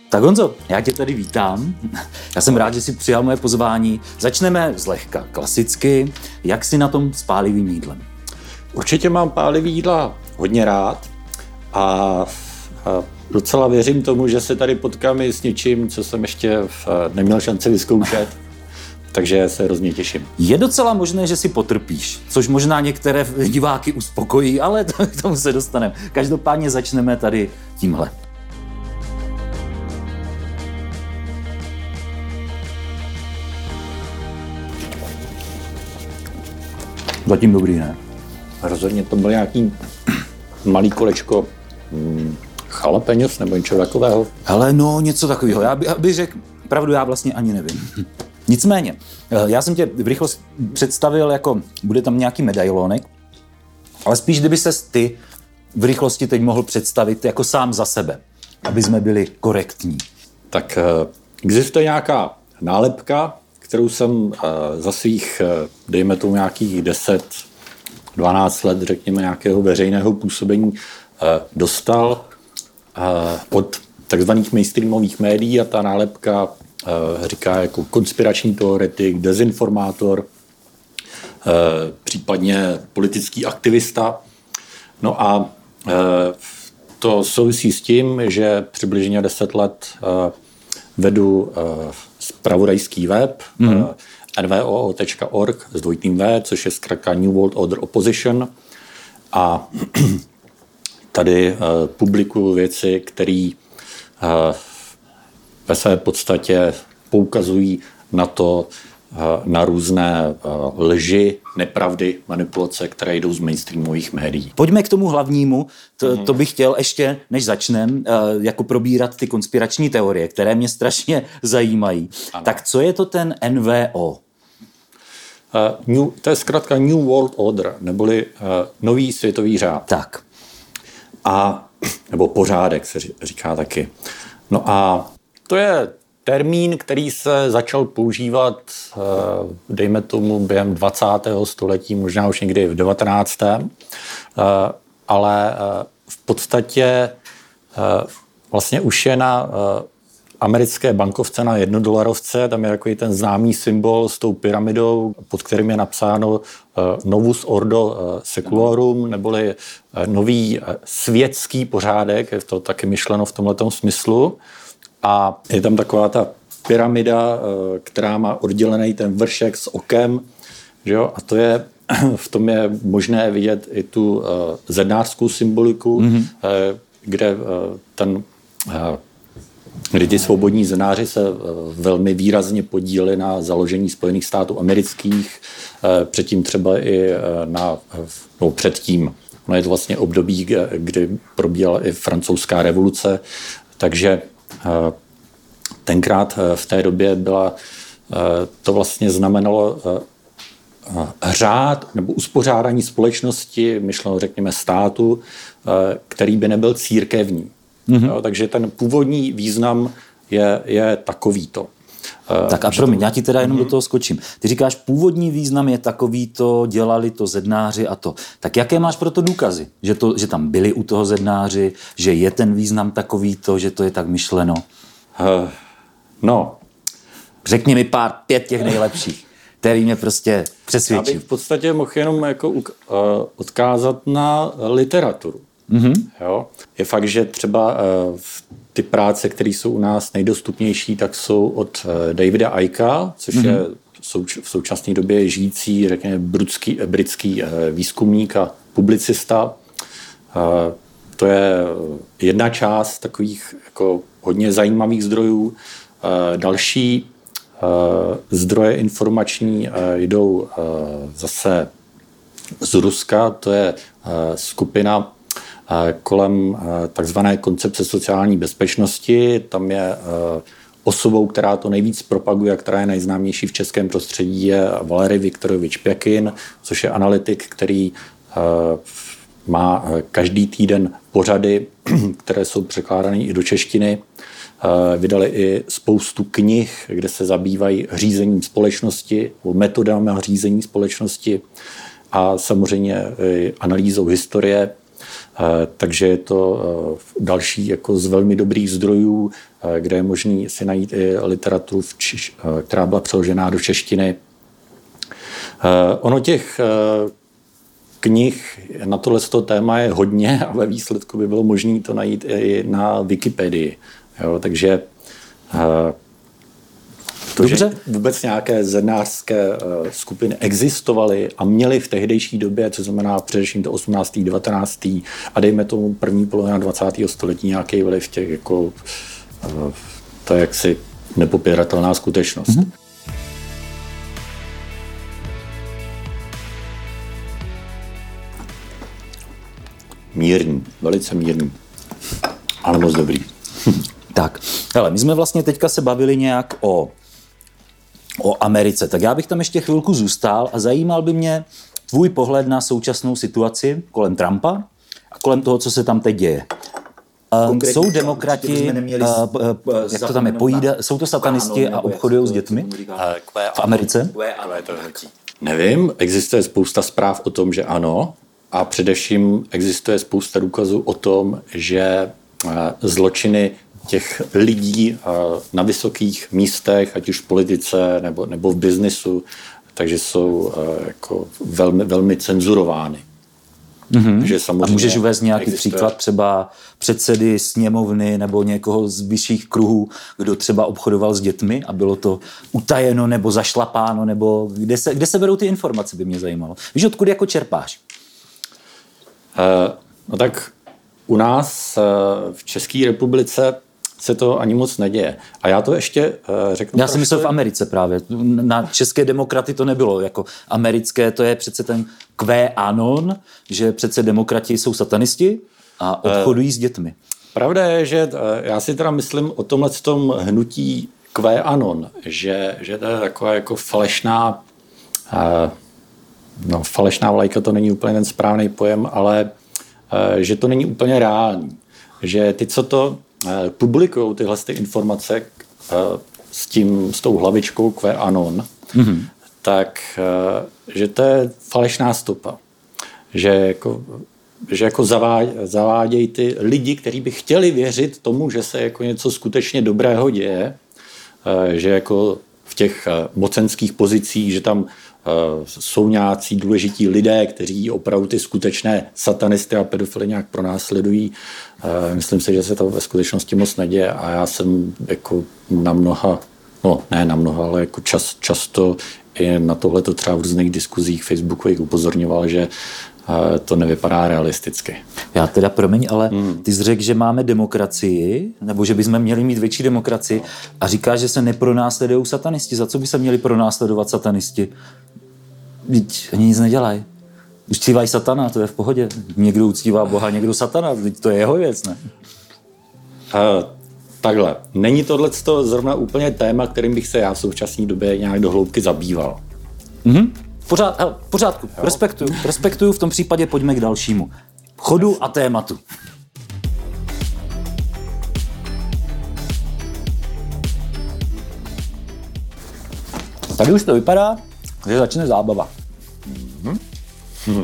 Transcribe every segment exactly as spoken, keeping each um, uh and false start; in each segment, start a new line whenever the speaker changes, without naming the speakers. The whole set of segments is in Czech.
Tak Honzo, já tě tady vítám. Já jsem rád, že jsi přijal moje pozvání. Začneme zlehka klasicky. Jak jsi na tom s pálivým jídlem?
Určitě mám pálivý jídla hodně rád a, a docela věřím tomu, že se tady potkám i s něčím, co jsem ještě neměl šanci vyzkoušet. Takže se hrozně těším.
Je docela možné, že si potrpíš, což možná některé diváky uspokojí, ale to, k tomu se dostaneme. Každopádně začneme tady tímhle. Zatím dobrý, ne?
Rozhodně to byl nějaký malý kolečko hmm, jalapeňos nebo něco takového.
Hele, no něco takového. Já, by, já bych řekl, pravdu já vlastně ani nevím. Nicméně, já jsem tě v rychlosti představil jako, bude tam nějaký medailonek, ale spíš kdyby ses ty v rychlosti teď mohl představit jako sám za sebe, aby jsme byli korektní.
Tak existuje nějaká nálepka, kterou jsem za svých, dejme tomu nějakých deset dvanáct let, řekněme, nějakého veřejného působení dostal od takzvaných mainstreamových médií a ta nálepka říká jako konspirační teoretik, dezinformátor, případně politický aktivista. No a to souvisí s tím, že přibližně deset let vedu zpravodajský web mm. N V O O tečka org s dvojitým V, což je zkrátka New World Order Opposition. A tady publikuju věci, které ve své podstatě poukazují na to, na různé lži, nepravdy, manipulace, které jdou z mainstreamových médií.
Pojďme k tomu hlavnímu. To, to bych chtěl ještě, než začneme, jako probírat ty konspirační teorie, které mě strašně zajímají. Ano. Tak co je to ten N V O?
Uh, new, to je zkrátka New World Order, neboli uh, nový světový řád.
Tak.
A, nebo pořádek se říká taky. No a to je termín, který se začal používat, dejme tomu, během dvacátého století, možná už někdy v devatenáctém Ale v podstatě vlastně už je na americké bankovce, na jednodolarovce, tam je takový ten známý symbol s tou pyramidou, pod kterým je napsáno Novus Ordo Secularum, neboli nový světský pořádek, je to taky myšleno v tomhletom smyslu. A je tam taková ta pyramida, která má oddělený ten vršek s okem, že jo? A to je, v tom je možné vidět i tu zednářskou symboliku, mm-hmm. kde ten, kdy ty svobodní zednáři se velmi výrazně podíleli na založení Spojených států amerických, předtím třeba i na, no předtím, no je to vlastně období, kdy probíhala i francouzská revoluce, takže tenkrát v té době byla, to vlastně znamenalo řád nebo uspořádání společnosti, myšleno řekněme státu, který by nebyl církevní. Mm-hmm. Jo, takže ten původní význam je, je takovýto.
Tak a promiň, já ti teda jenom mm-hmm. do toho skočím. Ty říkáš, původní význam je takovýto, dělali to zednáři a to. Tak jaké máš pro to důkazy? Že, to, že tam byli u toho zednáři, že je ten význam takovýto, že to je tak myšleno?
Uh, no.
Řekni mi pár, pět těch nejlepších, který mě prostě přesvědčí.
Já bych v podstatě mohl jenom jako, uh, odkázat na literaturu. Mm-hmm. Jo? Je fakt, že třeba uh, ty práce, které jsou u nás nejdostupnější, tak jsou od uh, Davida Icka, což mm-hmm. je souč- v současné době žijící, řekněme, britský, britský uh, výzkumník a publicista. Uh, to je jedna část takových jako hodně zajímavých zdrojů. Uh, další uh, zdroje informační uh, jdou uh, zase z Ruska, to je uh, skupina kolem takzvané koncepce sociální bezpečnosti. Tam je osobou, která to nejvíc propaguje, která je nejznámější v českém prostředí, je Valery Viktorovič Pěkin, což je analytik, který má každý týden pořady, které jsou překládány i do češtiny. Vydali i spoustu knih, kde se zabývají řízením společnosti, metodami řízení společnosti a samozřejmě analýzou historie. Takže je to další jako z velmi dobrých zdrojů, kde je možné si najít i literaturu, která byla přeložená do češtiny. Ono těch knih na tohle téma je hodně a ve výsledku by bylo možné to najít i na Wikipedii. Jo, takže to,
Dobře.
že vůbec nějaké zednářské skupiny existovaly a měly v tehdejší době, co znamená především to osmnáctého devatenáctého a dejme tomu první polovina dvacátého století nějaký vliv těch, jako to je jaksi nepopiratelná skutečnost. Mm-hmm. Mírný, velice mírný, ale moc dobrý.
Tak, hele, my jsme vlastně teďka se bavili nějak o, o Americe, tak já bych tam ještě chvilku zůstal a zajímal by mě tvůj pohled na současnou situaci kolem Trumpa a kolem toho, co se tam teď děje. Um, jsou demokrati, uh, uh, jak to tam je, pojída, jsou to satanisti a obchodují s dětmi v Americe?
Nevím, existuje spousta zpráv o tom, že ano, a především existuje spousta důkazů o tom, že zločiny těch lidí na vysokých místech, ať už v politice nebo, nebo v biznisu, takže jsou jako velmi, velmi cenzurovány.
Mm-hmm. Že a můžeš uvést nějaký existuje... příklad třeba předsedy sněmovny nebo někoho z vyšších kruhů, kdo třeba obchodoval s dětmi a bylo to utajeno nebo zašlapáno, nebo kde se, kde se berou ty informace, by mě zajímalo. Víš, odkud jako čerpáš?
Uh, no tak u nás uh, v České republice se to ani moc neděje. A já to ještě uh, řeknu...
Já si myslel v Americe právě. Na české demokraty to nebylo. Jako americké to je přece ten QAnon, že přece demokrati jsou satanisti a obchodují uh, s dětmi.
Pravda je, že uh, já si teda myslím o tomhle tom hnutí QAnon, že, že to je taková jako falešná... Uh, No, falešná vlajka to není úplně ten správný pojem, ale e, že to není úplně reální. Že ty, co to e, publikují, tyhle ty informace e, s, tím, s tou hlavičkou QAnon, mm-hmm. tak e, že to je falešná stopa. Že jako, že jako zavádějí zaváděj ty lidi, kteří by chtěli věřit tomu, že se jako něco skutečně dobrého děje, e, že jako v těch e, mocenských pozicích, že tam jsou nějací důležití lidé, kteří opravdu ty skutečné satanisty a pedofily nějak pronásledují. Myslím si, že se to ve skutečnosti moc neděje a já jsem jako na mnoha, no ne na mnoha, ale jako čas, často i na tohleto třeba v různých diskuzích facebookových upozorňoval, že to nevypadá realisticky.
Já teda promiň, ale hmm. ty jsi řekl, že máme demokracii, nebo že bychom měli mít větší demokracii a říkáš, že se nepronásledují satanisti. Za co by se měli pronásledovat satanisti? Vždyť ani nic nedělají. Uctívají satana, to je v pohodě. Někdo uctívá Boha, někdo satana, to je jeho věc, ne?
Uh, takhle. Není tohleto zrovna úplně téma, kterým bych se já v současné době nějak do hloubky zabýval.
Mhm. Pořád, hele, pořádku, jo. respektuju, respektuju, v tom případě pojďme k dalšímu. Chodu a tématu. Tady už to vypadá, že začne zábava. Mm-hmm. Mm.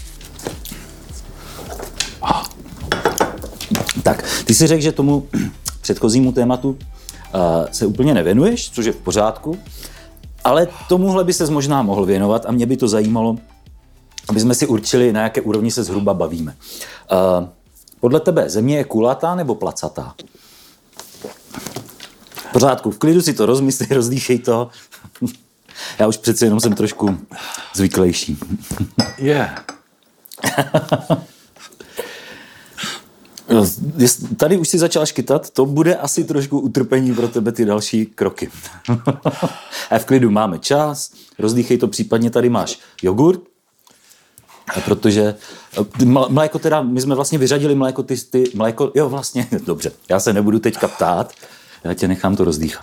Ah. Tak, ty si řekl, že tomu předchozímu tématu uh, se úplně nevěnuješ, což je v pořádku. Ale tomuhle by ses možná mohl věnovat a mě by to zajímalo, aby jsme si určili, na jaké úrovni se zhruba bavíme. Uh, podle tebe země je kulatá nebo placatá? V pořádku, v klidu si to rozmysli, rozdýchej to. Já už přece jenom jsem trošku zvyklejší.
Je. Yeah.
Tady už si začal škytat, to bude asi trošku utrpení pro tebe ty další kroky. A v klidu máme čas, rozdýchej to, případně tady máš jogurt, protože mléko teda, my jsme vlastně vyřadili mléko, ty, ty mléko, jo vlastně, dobře, já se nebudu teďka ptát, já tě nechám to rozdýchat.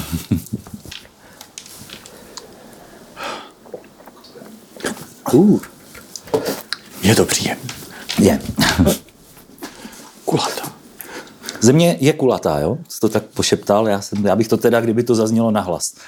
Uh, je to příjemné.
Je.
Kulatá.
Země je kulatá, jo? Jsi to tak pošeptal, já, jsem, já bych to teda, kdyby to zaznělo nahlas.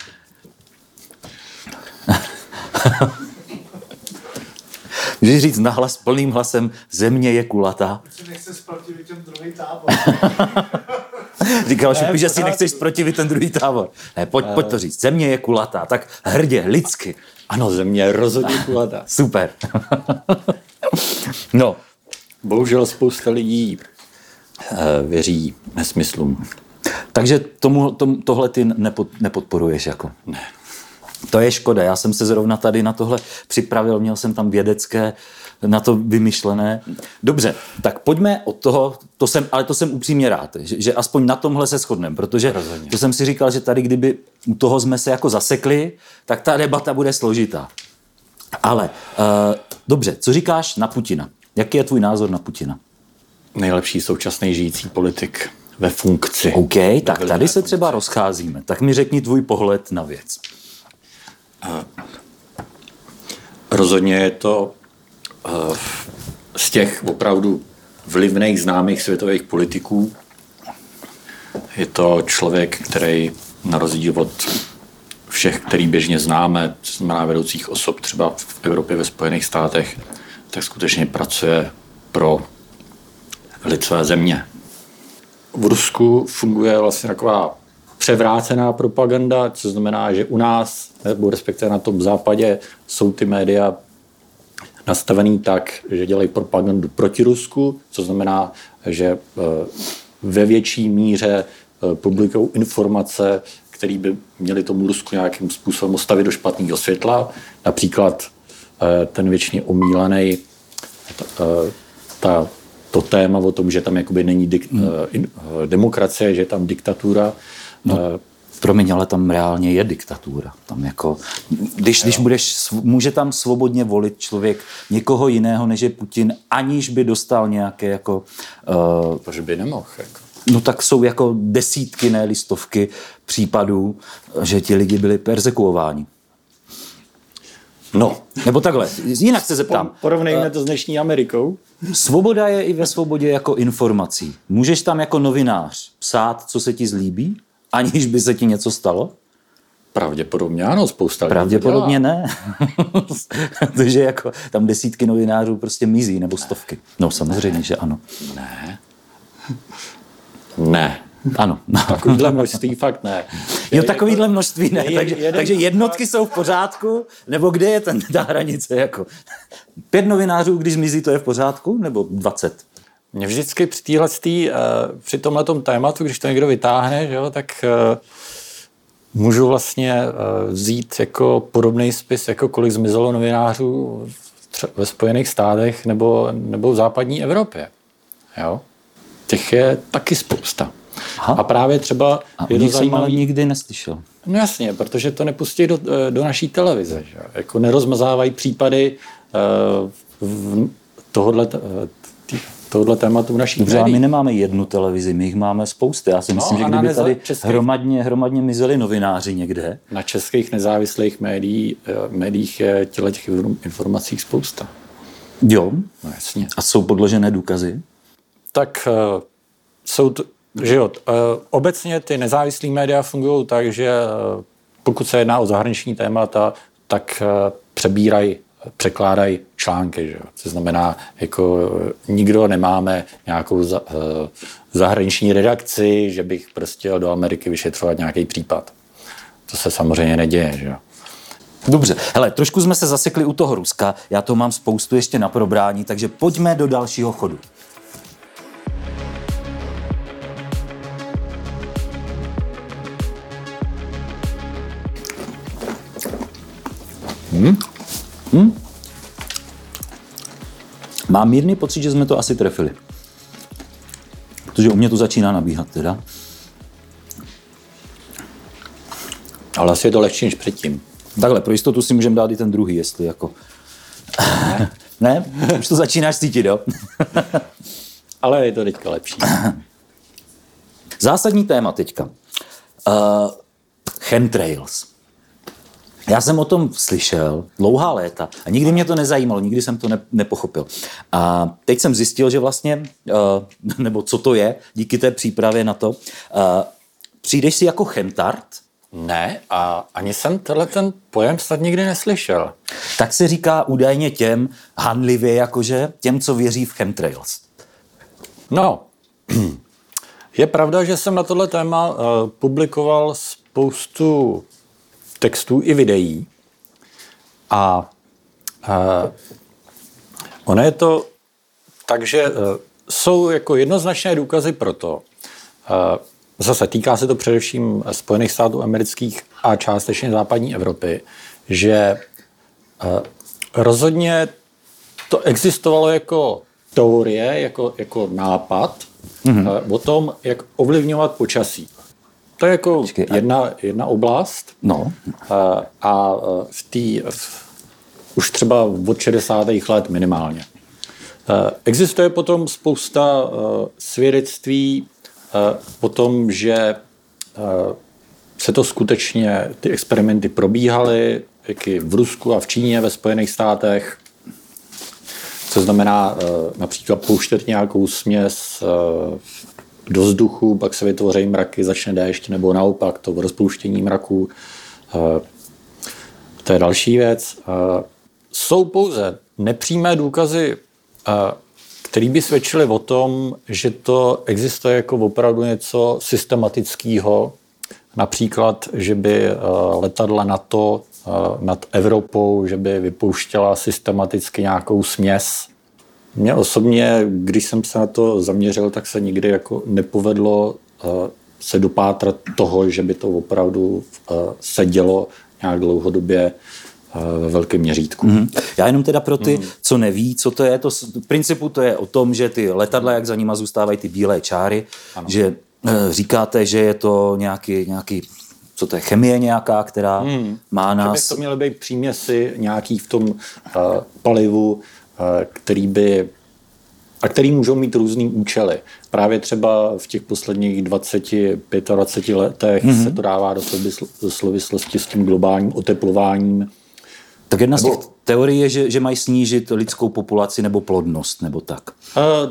Můžeš říct nahlas plným hlasem, země je kulatá.
Protože nechce zprotivit ten druhý tábor.
Říkal Šupi, že si nechceš zprotivit ten druhý tábor. Ne, pojď, pojď to říct. Země je kulatá, tak hrdě, lidsky.
Ano, země je rozhodně kulatá.
Super. No.
Bohužel spousta lidí věří nesmyslům.
Takže tomu, tom, tohle ty nepod, nepodporuješ jako?
Ne.
To je škoda. Já jsem se zrovna tady na tohle připravil, měl jsem tam vědecké, na to vymyšlené. Dobře, tak pojďme od toho, to jsem, ale to jsem upřímně rád, že, že aspoň na tomhle se shodneme, protože rozhodně. To jsem si říkal, že tady, kdyby u toho jsme se jako zasekli, tak ta debata bude složitá. Ale uh, dobře, co říkáš na Putina? Jaký je tvůj názor na Putina?
Nejlepší současný žijící politik ve funkci.
OK, tak tady se třeba rozcházíme. Tak mi řekni tvůj pohled na věc.
Uh, rozhodně je to uh, z těch opravdu vlivných známých světových politiků. Je to člověk, který na rozdíl od všech, který běžně známe, co znamená vedoucích osob třeba v Evropě, ve Spojených státech, tak skutečně pracuje pro lid své země. V Rusku funguje vlastně taková převrácená propaganda, co znamená, že u nás, nebo respektive na tom západě, jsou ty média nastavený tak, že dělají propagandu proti Rusku, co znamená, že ve větší míře publikují informace, které by měly tomu Rusku nějakým způsobem ostavit do špatného světla. Například ten věčně omílaný ta, to téma o tom, že tam jakoby není dik, hmm. demokracie, že je tam diktatura.
No, promiň, ale tam reálně je diktatura. Tam jako, když, když budeš, může tam svobodně volit člověk někoho jiného, než je Putin, aniž by dostal nějaké jako... Uh,
Protože by nemohl. Jako.
No tak jsou jako desítky, ne stovky případů, že ti lidi byli perzekuováni.
No.
Nebo takhle, jinak se zeptám.
Porovnejme to s dnešní Amerikou.
Svoboda je i ve svobodě jako informací. Můžeš tam jako novinář psát, co se ti zlíbí, aniž by se ti něco stalo?
Pravděpodobně ano, spousta lidí.
Pravděpodobně ne. Protože jako tam desítky novinářů prostě mizí, nebo stovky. No samozřejmě, že ano.
Ne. Ne.
Ano.
Takovýhle množství fakt ne.
Jo, takovýhle množství ne.
Je,
takže,
jeden...
takže jednotky jsou v pořádku, nebo kde je ten, ta hranice? Jako? Pět novinářů, když zmizí, to je v pořádku, nebo dvacet?
Mě vždycky při téhletý, při tomhletom tématu, když to někdo vytáhne, že jo, tak můžu vlastně vzít jako podobný spis, jako kolik zmizelo novinářů ve Spojených státech nebo, nebo v západní Evropě. Jo? Těch je taky spousta. Aha. A právě třeba...
A o nich jsem ale nikdy neslyšel.
No jasně, protože to nepustí do, do naší televize. Že? Jako nerozmazávají případy uh, tohohle, tý, tohohle tématu v naší
médií. My nemáme jednu televizi, my jich máme spousty. Já si myslím, no, že kdyby tady českých... hromadně, hromadně mizeli novináři někde.
Na českých nezávislých médií, médiích je těch informací spousta.
Jo.
No jasně.
A jsou podložené důkazy?
Tak uh, jsou to, že jo, uh, obecně ty nezávislé média fungují tak, že uh, pokud se jedná o zahraniční témata, tak uh, přebírají, překládají články, že jo. To znamená, jako uh, nikdo nemáme nějakou za, uh, zahraniční redakci, že bych prostě jel do Ameriky vyšetřovat nějaký případ. To se samozřejmě neděje, že jo.
Dobře, hele, trošku jsme se zasekli u toho Ruska, já to mám spoustu ještě na probrání, takže pojďme do dalšího chodu. Hmm? Hmm? Mám mírný pocit, že jsme to asi trefili. Protože u mě to začíná nabíhat teda.
Ale asi je to lehčí než předtím.
Takhle, pro jistotu si můžeme dát i ten druhý, jestli jako... Ne? Ne? Už to začínáš cítit, jo?
Ale je to teďka lepší.
Zásadní téma teďka. Uh, chemtrails. Já jsem o tom slyšel dlouhá léta a nikdy mě to nezajímalo, nikdy jsem to ne, nepochopil. A teď jsem zjistil, že vlastně, uh, nebo co to je, díky té přípravě na to, uh, přijdeš si jako chemtard
Ne, a ani jsem tenhle ten pojem snad nikdy neslyšel.
Tak se říká údajně těm hanlivě, jakože těm, co věří v chemtrails.
No, je pravda, že jsem na tohle téma uh, publikoval spoustu textů i videí a uh, ono je to tak, že uh, jsou jako jednoznačné důkazy pro to, uh, zase týká se to především Spojených států amerických a částečně západní Evropy, že uh, rozhodně to existovalo jako teorie, jako, jako nápad mm-hmm. uh, o tom, jak ovlivňovat počasí. To je jako Počkej, jedna, jedna oblast.
No.
Uh, a uh, v té už třeba od šedesátých let minimálně. Uh, existuje potom spousta uh, svědectví uh, o tom, že uh, se to skutečně, ty experimenty probíhaly, jak i v Rusku a v Číně, ve Spojených státech. Co znamená uh, například pouštět nějakou směs uh, do vzduchu, pak se vytvoří mraky, začne déšť, nebo naopak to rozpouštění mraků. Uh, to je další věc. Uh, jsou pouze nepřímé důkazy, uh, které by svědčily o tom, že to existuje jako opravdu něco systematického. Například, že by uh, letadla NATO uh, nad Evropou, že by vypouštěla systematicky nějakou směs. Mně osobně, když jsem se na to zaměřil, tak se nikdy jako nepovedlo uh, se dopátrat toho, že by to opravdu uh, se dělo nějak dlouhodobě uh, ve velkém měřítku.
Mm-hmm. Já jenom teda pro ty, mm. co neví, co to je, to v principu to je o tom, že ty letadla, jak za nima zůstávají ty bílé čáry, ano. že uh, říkáte, že je to nějaký, nějaký co to je, chemie nějaká, která hmm. má nás...
Že by to měly být příměsi nějaký v tom uh, palivu, uh, který by a který můžou mít různý účely. Právě třeba v těch posledních dvacet dvacet pět letech mm-hmm. se to dává do, souvisl- do souvislosti s tím globálním oteplováním.
Tak jedna nebo... z těch teorií je, že, že mají snížit lidskou populaci nebo plodnost, nebo tak.
Uh,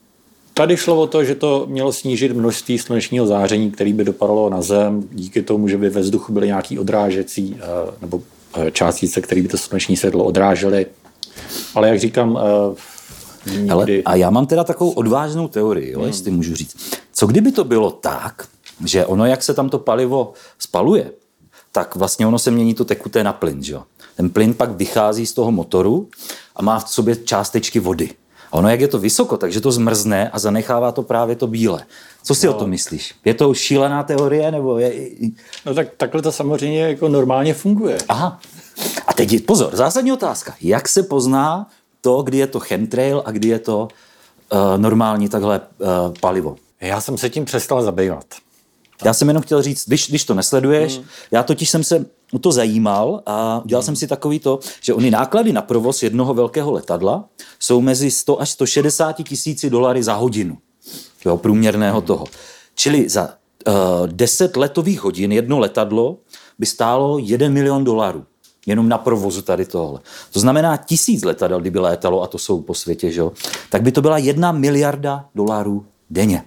Tady šlo o to, že to mělo snížit množství slunečního záření, který by dopadalo na Zem, díky tomu, že by ve vzduchu byly nějaký odrážecí nebo částice, které by to sluneční světlo odrážely. Ale jak říkám, nikdy...
Ale, a já mám teda takovou odvážnou teorii, jo, hmm. jestli můžu říct. Co kdyby to bylo tak, že ono, jak se tam to palivo spaluje, tak vlastně ono se mění to tekuté na plyn, že jo? Ten plyn pak vychází z toho motoru a má v sobě částečky vody. A ono, jak je to vysoko, takže to zmrzne a zanechává to právě to bílé. Co si no. o tom myslíš? Je to šílená teorie, nebo je...
No tak takhle to samozřejmě jako normálně funguje.
Aha. A teď je, pozor, zásadní otázka. Jak se pozná to, kdy je to chemtrail a kdy je to uh, normální takhle uh, palivo?
Já jsem se tím přestal zabývat.
Já jsem jenom chtěl říct, když, když to nesleduješ, hmm. já totiž jsem se o to zajímal a udělal hmm. jsem si takový to, že ony náklady na provoz jednoho velkého letadla jsou mezi sto až sto šedesát tisíci dolary za hodinu. Jo, průměrného hmm. toho. Čili za uh, deset letových hodin jedno letadlo by stálo jeden milion dolarů. Jenom na provozu tady tohle. To znamená tisíc letadel, kdyby létalo, a to jsou po světě, že jo, tak by to byla jedna miliarda dolarů denně.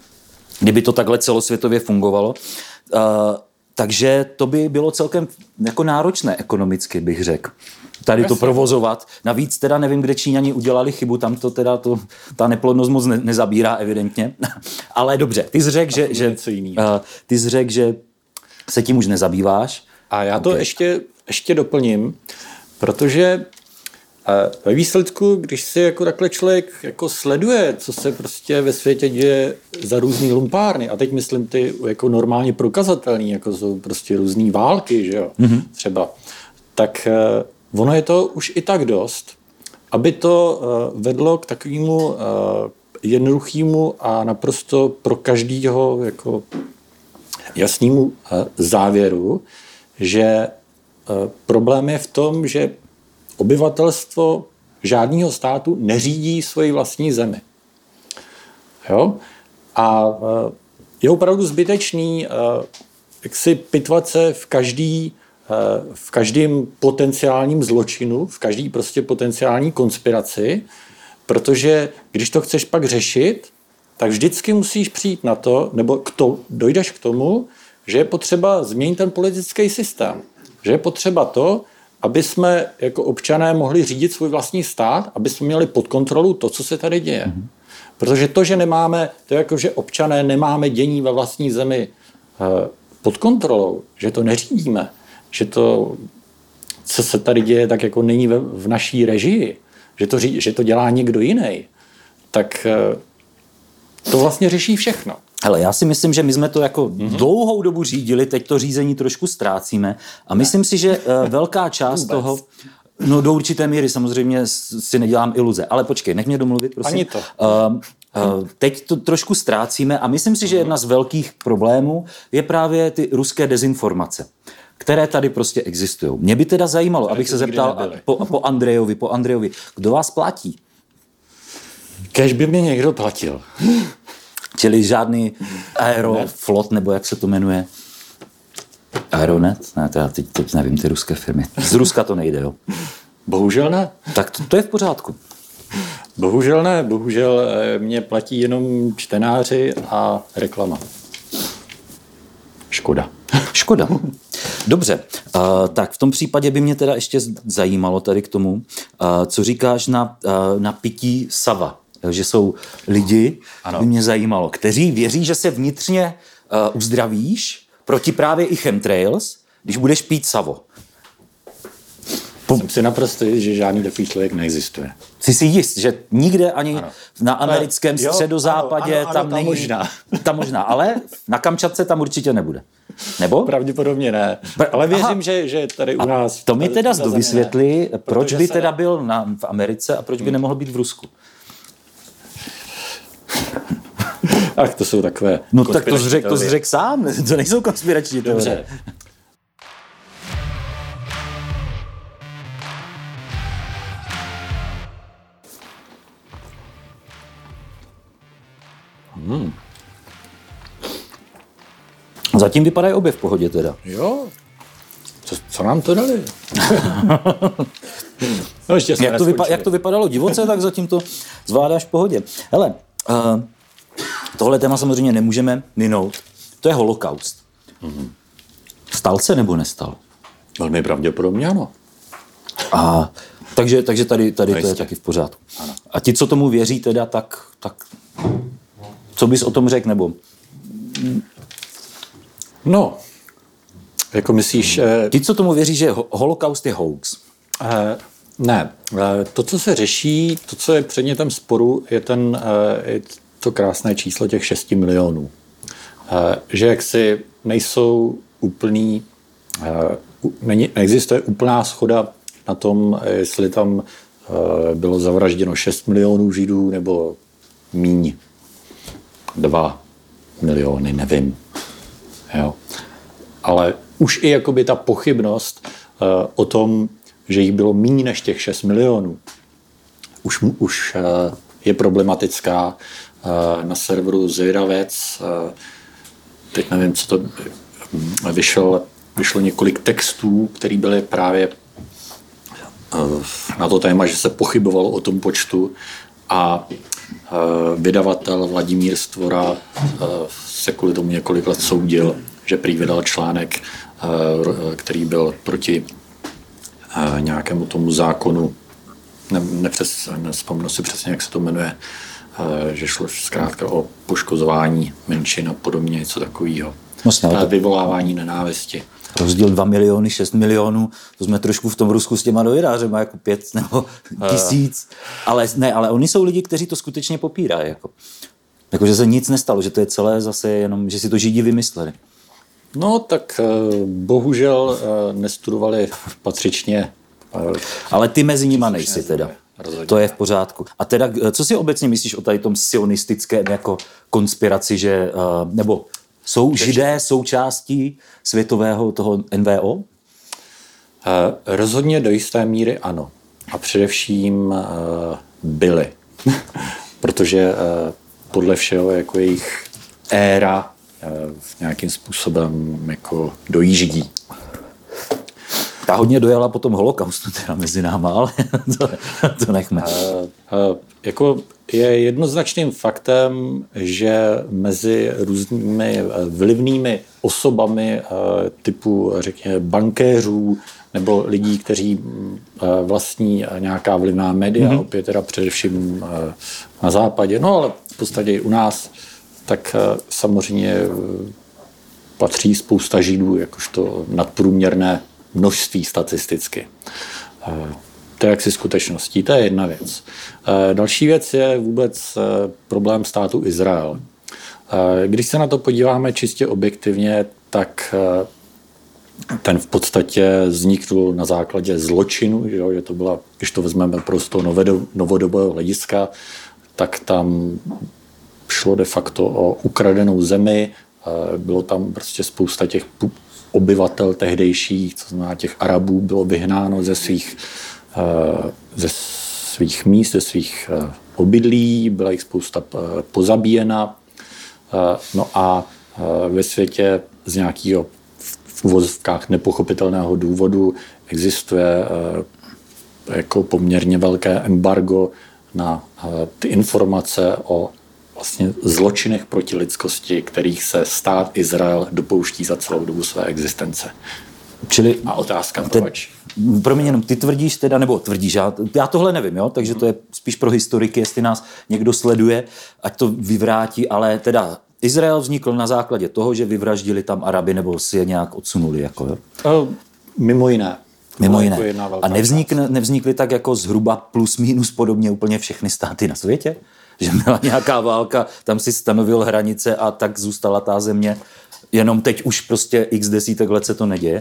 Kdyby to takhle celosvětově fungovalo. Uh, takže to by bylo celkem jako náročné ekonomicky, bych řekl. Tady to provozovat. Navíc teda nevím, kde Číňani udělali chybu, tam to teda to, ta neplodnost moc ne, nezabírá evidentně. Ale dobře, ty jsi řekl, že, že, uh, ty jsi řekl, že se tím už nezabýváš.
A já to okay. ještě, ještě doplním, protože ve výsledku, když si jako takhle člověk jako sleduje, co se prostě ve světě děje za různý lumpárny, a teď myslím ty jako normálně prokazatelný, jako jsou prostě různý války, že jo, mm-hmm. třeba, tak uh, ono je to už i tak dost, aby to uh, vedlo k takovému uh, jednoduchému a naprosto pro každýho jako jasnému uh, závěru, že uh, problém je v tom, že obyvatelstvo žádného státu neřídí svoji vlastní zemi. Jo? A je opravdu zbytečný jak si pitvat se v každý, v každém potenciálním zločinu, v každý prostě potenciální konspiraci, protože když to chceš pak řešit, tak vždycky musíš přijít na to, nebo k to, dojdeš k tomu, že je potřeba změnit ten politický systém. Že je potřeba to, aby jsme jako občané mohli řídit svůj vlastní stát, aby jsme měli pod kontrolou to, co se tady děje. Mm-hmm. Protože to, že nemáme, to je jako, že občané nemáme dění ve vlastní zemi eh, pod kontrolou, že to neřídíme, že to, co se tady děje, tak jako není ve, v naší režii, že to, že to dělá někdo jiný, tak eh, to vlastně řeší všechno.
Hele, já si myslím, že my jsme to jako mm-hmm. dlouhou dobu řídili, teď to řízení trošku ztrácíme a myslím ne. si, že uh, velká část Vůbec. toho, no do určité míry samozřejmě si nedělám iluze, ale počkej, nech mě domluvit, prosím.
Ani to.
Uh, uh, teď to trošku ztrácíme a myslím si, že jedna z velkých problémů je právě ty ruské dezinformace, které tady prostě existují. Mě by teda zajímalo, tady abych se zeptal po, po Andrejovi, po Andrejovi, kdo vás platí?
Kéž by mě někdo platil.
Čili žádný Aeroflot, nebo jak se to jmenuje? Aeronet? Ne, to já teď, teď nevím, ty ruské firmy. Z Ruska to nejde, jo?
Bohužel ne.
Tak to, to je v pořádku.
Bohužel ne, bohužel mě platí jenom čtenáři a reklama. Škoda.
Škoda. Dobře, uh, tak v tom případě by mě teda ještě zajímalo tady k tomu, uh, co říkáš na, uh, na pití sava. Že jsou lidi, ano. by mě zajímalo, kteří věří, že se vnitřně uh, uzdravíš proti právě i chemtrails, když budeš pít savo.
Po... Jsem si naprosto jist, že žádný takový člověk neexistuje.
Jsi si jist, že nikde ani ano. na americkém
ale,
středozápadě
ano, ano,
tam
ano,
není...
možná.
Tam možná, ale na Kamčatce tam určitě nebude. Nebo?
Pravděpodobně ne. Ale věřím, že, že tady u nás...
A to mi teda dovysvětli, proč by teda byl na, v Americe a proč by hmm. nemohl být v Rusku.
Ach, to jsou takové...
No tak to jsi řekl řek sám, to nejsou konspirační teorie.
Dobře.
Hmm. Zatím vypadají obě v pohodě teda.
Jo. Co, co nám to dali? No, ještě
jak, to vypa- jak to vypadalo divoce, tak zatím to zvládáš v pohodě. Hele, uh, tohle téma samozřejmě nemůžeme minout. To je holokaust. Mm-hmm. Stal se nebo nestal?
Velmi pravděpodobně ano.
A, takže, takže tady, tady to je taky v pořádku.
Ano.
A ti, co tomu věří teda, tak, tak co bys o tom řekl, nebo...
No, jako myslíš... Eh...
Ti, co tomu věří, že holokaust je hoax?
Eh, ne, eh, to, co se řeší, to, co je předmětem sporu, je ten... Eh, je to krásné číslo těch šesti milionů. Že jaksi nejsou úplný, není, neexistuje úplná shoda na tom, jestli tam bylo zavražděno šest milionů Židů nebo míň dva miliony, nevím. Jo. Ale už i jakoby ta pochybnost o tom, že jich bylo míň než těch šest milionů, už, už je problematická. Na serveru Zvědavec, teď nevím, co to vyšel, vyšlo několik textů, které byly právě na to téma, že se pochybovalo o tom počtu a vydavatel Vladimír Stvora se kvůli tomu několik let soudil, že prý vydal článek, který byl proti nějakému tomu zákonu, ne, nepřes, nespomenu si přesně, jak se to jmenuje, že šlo zkrátka o poškozování menšin a podobně, něco takového.
No,
vyvolávání nenávisti.
Rozdíl dva miliony, šest milionů, to jsme trošku v tom Rusku s těma novinářema, jako pět nebo tisíc. Ale ne, ale oni jsou lidi, kteří to skutečně popírají. Jako. jako, že se nic nestalo, že to je celé zase jenom, že si to Židi vymysleli.
No, tak bohužel nestudovali patřičně.
Ale ty mezi nima nejsi teda.
Rozhodně.
To je v pořádku. A teda, co si obecně myslíš o tady tom sionistickém jako konspiraci, že, nebo jsou Židé součástí světového toho N V O?
Rozhodně do jisté míry ano. A především byli. Protože podle všeho jako jejich éra nějakým způsobem jako dojíždí.
Ta hodně dojela po tom holokaustu teda mezi náma, ale to, to nechme.
Jako je jednoznačným faktem, že mezi různými vlivnými osobami typu, řekněme, bankéřů nebo lidí, kteří vlastní nějaká vlivná média, mm-hmm. opět teda především na západě, no ale v podstatě i u nás, tak samozřejmě patří spousta Židů, jakožto nadprůměrné množství statisticky. To je jaksi skutečností, to je jedna věc. Další věc je vůbec problém státu Izrael. Když se na to podíváme čistě objektivně, tak ten v podstatě vznikl na základě zločinu, že to byla, když to vezmeme prostě novodobého hlediska, tak tam šlo de facto o ukradenou zemi, bylo tam prostě spousta těch obyvatel tehdejších, co znamená těch Arabů, bylo vyhnáno ze svých, ze svých míst, ze svých obydlí, byla jich spousta pozabíjena. No a ve světě z nějakého v uvozovkách nepochopitelného důvodu existuje jako poměrně velké embargo na ty informace o vlastně zločinech proti lidskosti, kterých se stát Izrael dopouští za celou dobu své existence.
Čili
a otázka
te,
proč?
Pro mě jenom ty tvrdíš teda, nebo tvrdíš, já, já tohle nevím, jo? Takže to je spíš pro historiky, jestli nás někdo sleduje, ať to vyvrátí, ale teda Izrael vznikl na základě toho, že vyvraždili tam Araby nebo si je nějak odsunuli. Jako, jo?
Mimo jiné.
Mimo jiné. Jako a nevznikly, nevznikly tak jako zhruba plus minus podobně úplně všechny státy na světě? Že byla nějaká válka, tam si stanovil hranice a tak zůstala ta země. Jenom teď už prostě x desítek let se to neděje?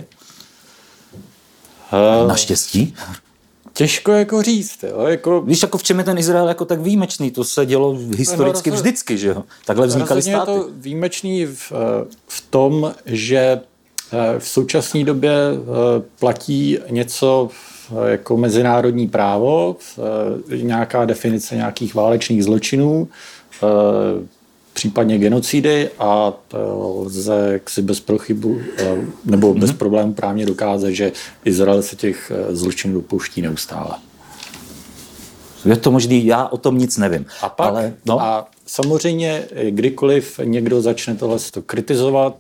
Uh, Naštěstí.
Těžko jako říct. Jo? Jako...
Víš, jako v čem je ten Izrael jako tak výjimečný? To se dělo historicky no, vždycky, že jo? Takhle vznikaly státy.
Je to výjimečný v, v tom, že v současné době platí něco jako mezinárodní právo, nějaká definice nějakých válečných zločinů, případně genocidy a lze jaksi bez prochybu nebo bez mm-hmm. problémů právně dokázat, že Izrael se těch zločinů dopouští neustále.
Je to možný, já o tom nic nevím.
A pak,
ale, no.
a samozřejmě, kdykoliv někdo začne tohle kritizovat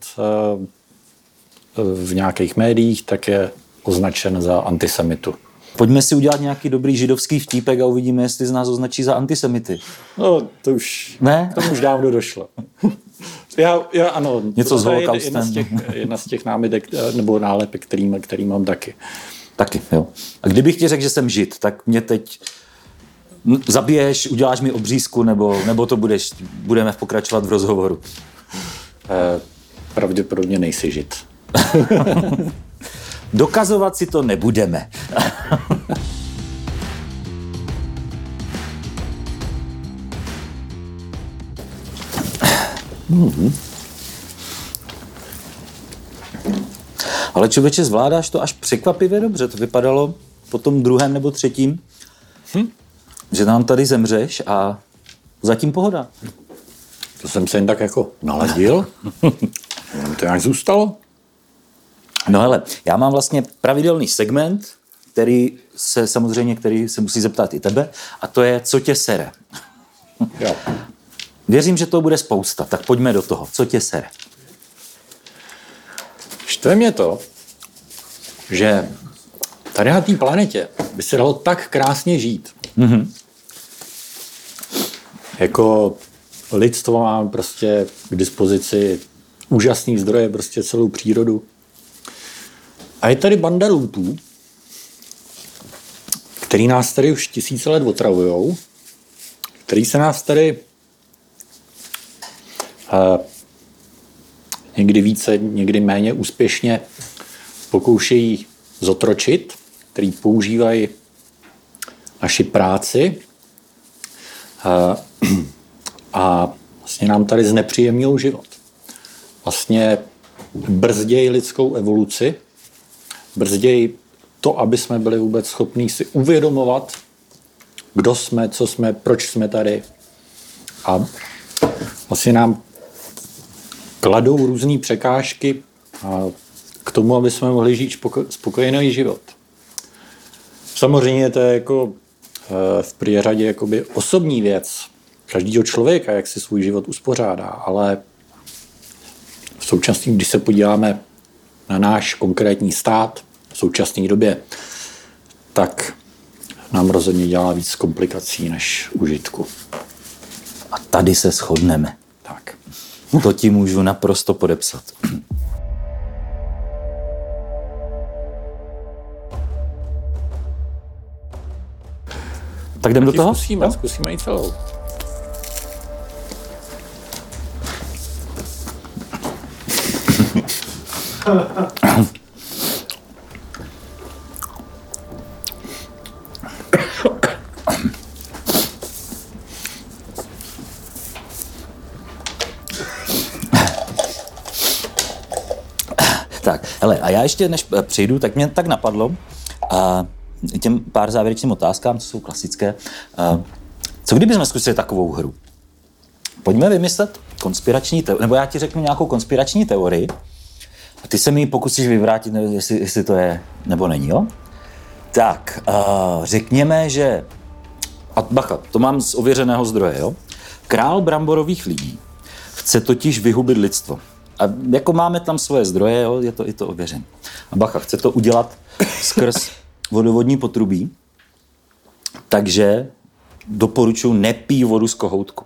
v nějakých médiích, tak je označen za antisemitu.
Pojďme si udělat nějaký dobrý židovský vtípek a uvidíme, jestli z nás označí za antisemity.
No, to už,
ne?
To už dávno došlo. Já, já ano.
Něco s holokaustem.
Jedna z těch, jedna z těch námitek, nebo nálepek, který, který mám taky.
Taky, jo. A kdybych ti řekl, že jsem žid, tak mě teď zabiješ, uděláš mi obřízku, nebo, nebo to budeš, budeme pokračovat v rozhovoru?
Eh, pravděpodobně nejsi žid.
Dokazovat si to nebudeme. hmm. Ale člověče, zvládáš to až překvapivě dobře. To vypadalo po tom druhém nebo třetím, hm? že nám tady zemřeš a zatím pohoda.
To jsem se jen tak jako naladil. To nějak zůstalo.
No hele, já mám vlastně pravidelný segment, který se samozřejmě, který se musí zeptat i tebe, a to je, co tě sere.
Jo.
Věřím, že to bude spousta, tak pojďme do toho. Co tě sere?
Štve mě to, že tady na té planetě by se dalo tak krásně žít. Mm-hmm. Jako lidstvo má prostě k dispozici úžasný zdroje, prostě celou přírodu. A je tady banda lůtů, který nás tady už tisíce let otravujou, který se nás tady uh, někdy více, někdy méně úspěšně pokoušejí zotročit, který používají naši práci uh, a vlastně nám tady znepříjemňují život. Vlastně brzdějí lidskou evoluci, brzdějí to, aby jsme byli vůbec schopní si uvědomovat, kdo jsme, co jsme, proč jsme tady. A vlastně nám kladou různé překážky k tomu, aby jsme mohli žít spokojený život. Samozřejmě to je jako v první řadě jakoby osobní věc každého člověka, jak si svůj život uspořádá, ale v současné, když se podíváme na náš konkrétní stát v současné době, tak nám rozhodně dělá víc komplikací než užitku.
A tady se shodneme.
Tak.
To ti můžu naprosto podepsat. Tak jdem do toho?
Zkusíme, no? zkusíme i celou.
Tak, hele, a já ještě, než přijdu, tak mě tak napadlo, a těm pár závěrečným otázkám, co jsou klasické. A co kdybychom zkusili takovou hru? Pojďme vymyslet konspirační teorii, nebo já ti řeknu nějakou konspirační teorii a ty se mi pokusíš vyvrátit, jestli, jestli to je nebo není, jo? Tak, uh, řekněme, že, a bacha, to mám z ověřeného zdroje, jo? Král bramborových lidí chce totiž vyhubit lidstvo. A jako máme tam svoje zdroje, jo, je to i to ověřené. A bacha, chce to udělat skrz vodovodní potrubí, takže doporučuji nepij vodu z kohoutku.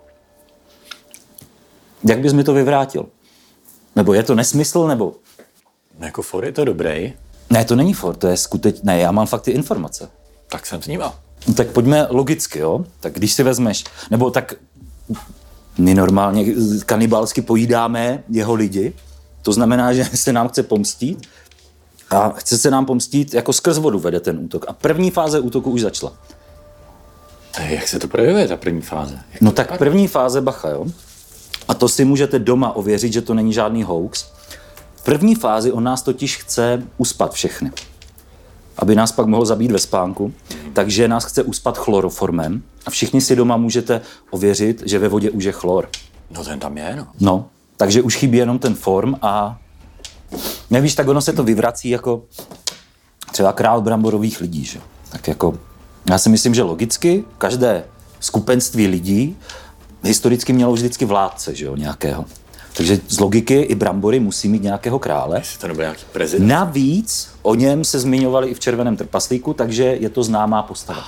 Jak bys mi to vyvrátil? Nebo je to nesmysl, nebo...
Jako for je to dobrý.
Ne, to není for, to je skutečně... Ne, já mám fakt ty informace.
Tak jsem s ním.
No, tak pojďme logicky, jo? Tak když si vezmeš... Nebo tak... My normálně kanibalsky pojídáme jeho lidi, to znamená, že se nám chce pomstít a chce se nám pomstít, jako skrz vodu vede ten útok. A první fáze útoku už začala.
Jak se to projevuje, ta první fáze? Jak
No tak první fáze, bacha, jo? A to si můžete doma ověřit, že to není žádný hoax. V první fázi on nás totiž chce uspat všechny. Aby nás pak mohl zabít ve spánku. Takže nás chce uspat chloroformem. A všichni si doma můžete ověřit, že ve vodě už je chlor.
No ten tam je, no.
No, takže už chybí jenom ten form a... Nevíš, tak ono se to vyvrací jako třeba král bramborových lidí, že? Tak jako... Já si myslím, že logicky každé skupenství lidí historicky mělo vždycky vládce, že jo, nějakého. Takže z logiky i brambory musí mít nějakého krále.
Jestli to nebude nějaký prezident.
Navíc o něm se zmiňovali i v Červeném trpaslíku, takže je to známá postava.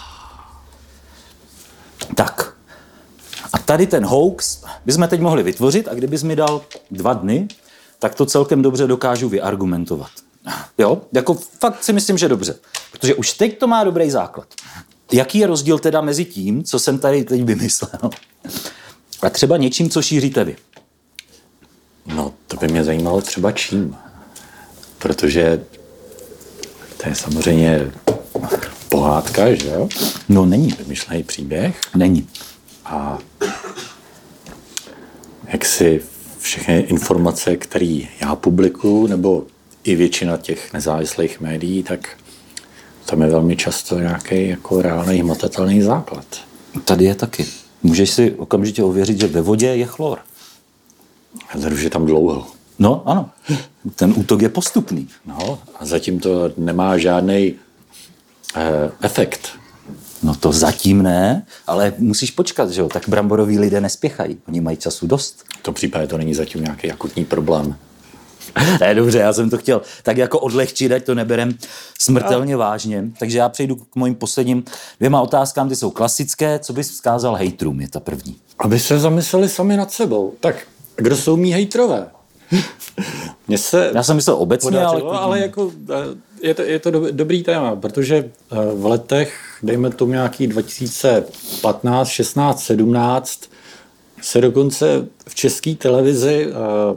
Tak. A tady ten hoax bychom teď mohli vytvořit a kdybys mi dal dva dny, tak to celkem dobře dokážu vyargumentovat. Jo? Jako fakt si myslím, že dobře. Protože už teď to má dobrý základ. Jaký je rozdíl teda mezi tím, co jsem tady teď vymyslel? A třeba něčím, co šíříte vy.
No, to by mě zajímalo třeba čím. Protože to je samozřejmě pohádka, že jo?
No není.
Vymyšlený příběh.
Není.
A jak si všechny informace, které já publikuju, nebo i většina těch nezávislých médií, tak tam je velmi často nějaký jako reálný hmatatelný základ.
Tady je taky. Můžeš si okamžitě ověřit, že ve vodě je chlor.
A to už je tam dlouho.
No, ano. Ten útok je postupný.
No, a zatím to nemá žádný eh, efekt.
No to zatím ne, ale musíš počkat, že jo? Tak bramboroví lidé nespěchají. Oni mají času dost.
V tom případě to není zatím nějaký akutní problém.
Ne, dobře, já jsem to chtěl tak jako odlehčit, ať to neberem smrtelně vážně. Takže já přejdu k mojim posledním dvěma otázkám, ty jsou klasické. Co bys vzkázal hejtrům, je ta první.
Aby se zamysleli sami nad sebou. Tak, kdo jsou mý hejtrové? Mně se
Já jsem myslel obecně,
podařilo,
ale...
ale jako je to, je to do, dobrý téma, protože v letech, dejme tomu nějaký dva tisíce patnáct, šestnáct, sedmnáct, se dokonce v české televizi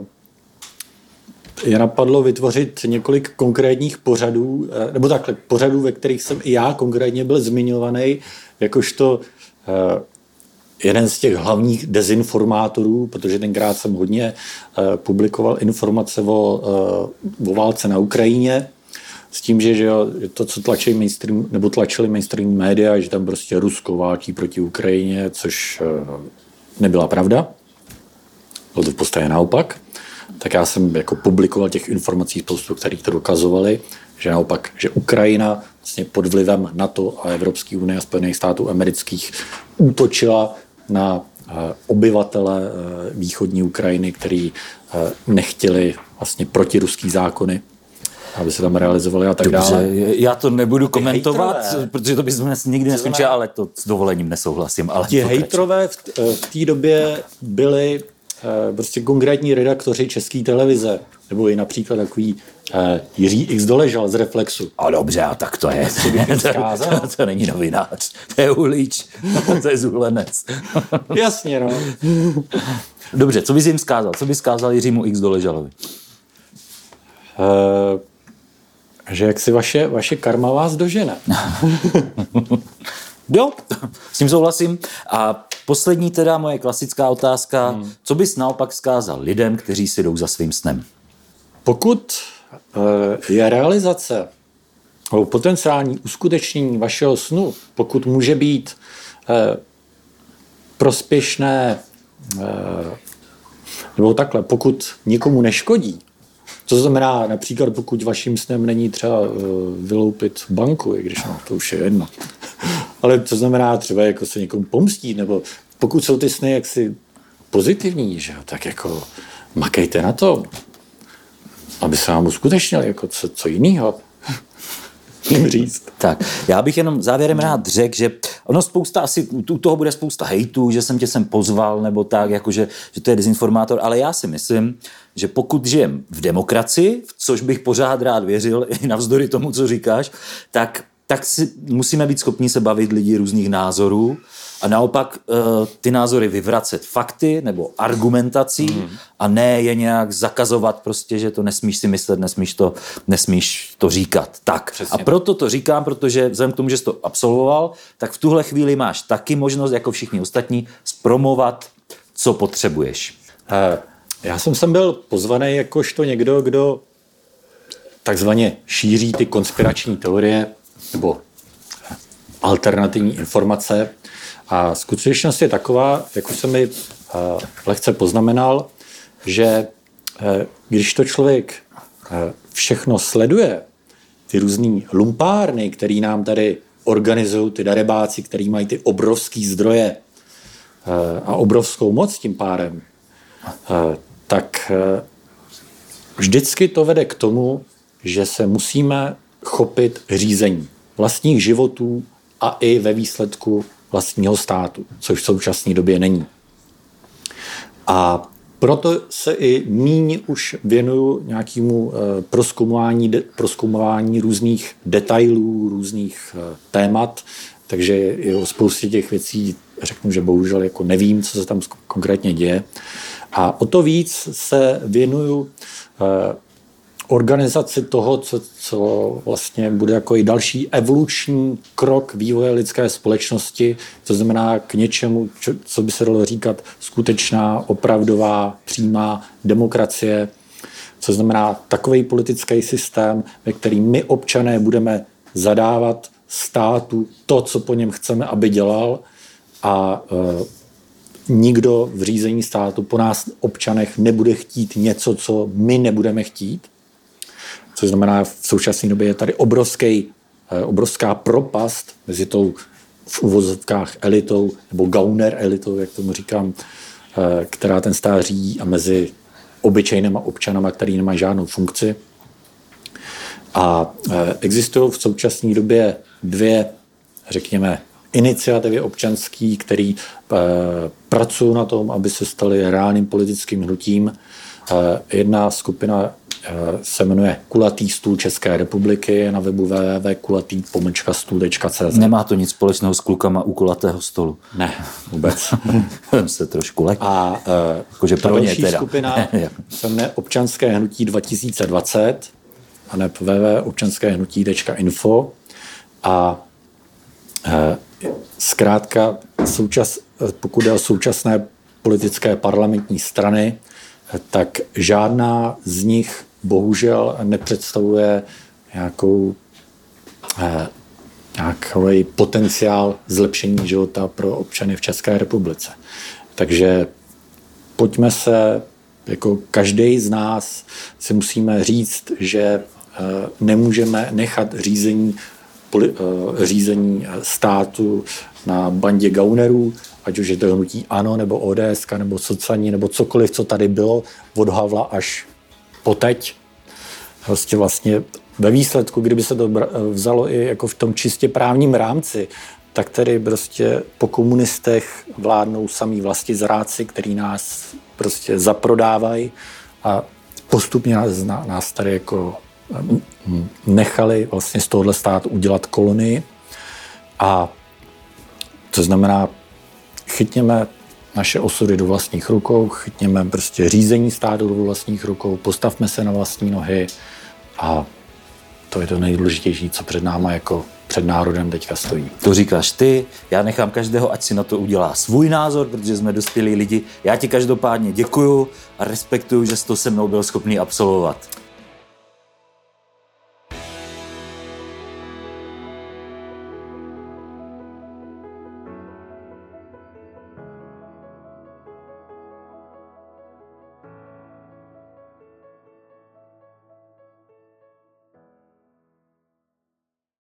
je napadlo vytvořit několik konkrétních pořadů, nebo takhle, pořadů, ve kterých jsem i já konkrétně byl zmiňovaný, jakožto jeden z těch hlavních dezinformátorů, protože tenkrát jsem hodně publikoval informace o, o válce na Ukrajině, s tím, že, že to, co tlačí mainstream, nebo tlačili mainstream média, že tam prostě Rusko válčí proti Ukrajině, což nebyla pravda. Bylo to v podstatě naopak. tak já jsem jako publikoval těch informací spoustu, které to dokazovaly, že naopak, že Ukrajina vlastně pod vlivem NATO a Evropské unie a Spojených států amerických útočila na obyvatele východní Ukrajiny, kteří nechtěli vlastně protiruský zákony, aby se tam realizovali a tak
Dobře,
dále.
já to nebudu komentovat,
hejtrové,
protože to bychom nikdy neskončili, ale to s dovolením nesouhlasím. Ale
ti hejtrové v, v té době byli uh, prostě konkrétní redaktoři České televize, nebo i například takový uh, Jiří X. Doležal z Reflexu.
A dobře, a tak to je. to, to, to není novinář, to je Uhlíč, to je zůlenec.
Jasně, no.
Dobře, co bys jim zkázal? Co bys zkázal Jiřímu X. Doležalovi?
Uh, že jak si vaše, vaše karma vás dožene.
Jo, s tím souhlasím. A poslední teda moje klasická otázka. Hmm. Co bys naopak vzkázal lidem, kteří si jdou za svým snem?
Pokud uh, je realizace nebo potenciální uskutečnění vašeho snu, pokud může být uh, prospěšné uh, nebo takhle, pokud nikomu neškodí, to znamená například, pokud vaším snem není třeba uh, vyloupit banku, i když no, to už je jedno. Ale to znamená třeba jako se někomu pomstít, nebo pokud jsou ty sny jaksi pozitivní, že jo, tak jako makejte na to, aby se vám uskutečnili, jako co, co jinýho. říct.
Tak, já bych jenom závěrem rád řekl, že ono spousta, asi u toho bude spousta hejtů, že jsem tě sem pozval, nebo tak, jakože, že to je dezinformátor, ale já si myslím, že pokud žijem v demokracii, v což bych pořád rád věřil, i navzdory tomu, co říkáš, tak, tak si, musíme být schopni se bavit lidi různých názorů a naopak uh, ty názory vyvracet fakty nebo argumentací mm. a ne je nějak zakazovat prostě, že to nesmíš si myslet, nesmíš to, nesmíš to říkat. Tak. Přesně. A proto to říkám, protože vzhledem k tomu, že jsi to absolvoval, tak v tuhle chvíli máš taky možnost, jako všichni ostatní, zpromovat, co potřebuješ.
Uh, já jsem sem byl pozvaný jakožto někdo, kdo takzvaně šíří ty konspirační teorie nebo alternativní informace. A skutečnost je taková, jak už jsem mi uh, lehce poznamenal, že uh, když to člověk uh, všechno sleduje, ty různý lumpárny, který nám tady organizují, ty darebáci, který mají ty obrovský zdroje uh, a obrovskou moc tím pádem, uh, tak uh, vždycky to vede k tomu, že se musíme chopit řízení vlastních životů a i ve výsledku vlastního státu, což v současné době není. A proto se i míň už věnuju nějakému prozkoumování, prozkoumování různých detailů, různých témat, takže i o spoustě těch věcí řeknu, že bohužel jako nevím, co se tam konkrétně děje. A o to víc se věnuju organizaci toho, co, co vlastně bude jako i další evoluční krok vývoje lidské společnosti, to znamená k něčemu, čo, co by se dalo říkat skutečná, opravdová, přímá demokracie, co znamená takový politický systém, ve který my občané budeme zadávat státu to, co po něm chceme, aby dělal a e, nikdo v řízení státu po nás občanech nebude chtít něco, co my nebudeme chtít. Což znamená, v současné době je tady obrovský, obrovská propast mezi tou v uvozovkách elitou, nebo gauner elitou, jak tomu říkám, která ten stát řídí, a mezi obyčejnýma občanama, který nemají žádnou funkci. A existují v současné době dvě, řekněme, iniciativy občanské, které pracují na tom, aby se staly reálným politickým hnutím. Jedna skupina se jmenuje Kulatý stůl České republiky na webu w w w tečka kulatý pomlčka stůl tečka c z.
Nemá to nic společného s klukama u kulatého stolu.
Ne, vůbec.
se trošku lek.
A uh,
Jakože
ta
pro
další
teda.
skupina se jmenuje Občanské hnutí dva tisíce dvacet a ne w w w tečka občanské hnutí tečka info a uh, zkrátka součas, pokud je o současné politické parlamentní strany, tak žádná z nich bohužel nepředstavuje nějakou, eh, nějaký potenciál zlepšení života pro občany v České republice. Takže pojďme se jako každý z nás si musíme říct, že nemůžeme nechat řízení, řízení státu na bandě gaunerů, ať už je to hnutí ANO, nebo O D S, nebo socani, nebo cokoliv, co tady bylo od Havla až po teď. Prostě vlastně ve výsledku, kdyby se to vzalo i jako v tom čistě právním rámci, tak tedy prostě po komunistech vládnou samý vlastizráci, který nás prostě zaprodávají a postupně nás, nás tady jako nechali vlastně z tohohle státu udělat kolonii. A to znamená, chytněme naše osudy do vlastních rukou, chytněme prostě řízení státu do vlastních rukou, postavme se na vlastní nohy a to je to nejdůležitější, co před náma jako před národem teďka stojí.
To říkáš ty, já nechám každého, ať si na to udělá svůj názor, protože jsme dospělí lidi. Já ti každopádně děkuju a respektuju, že jsi to se mnou byl schopný absolvovat.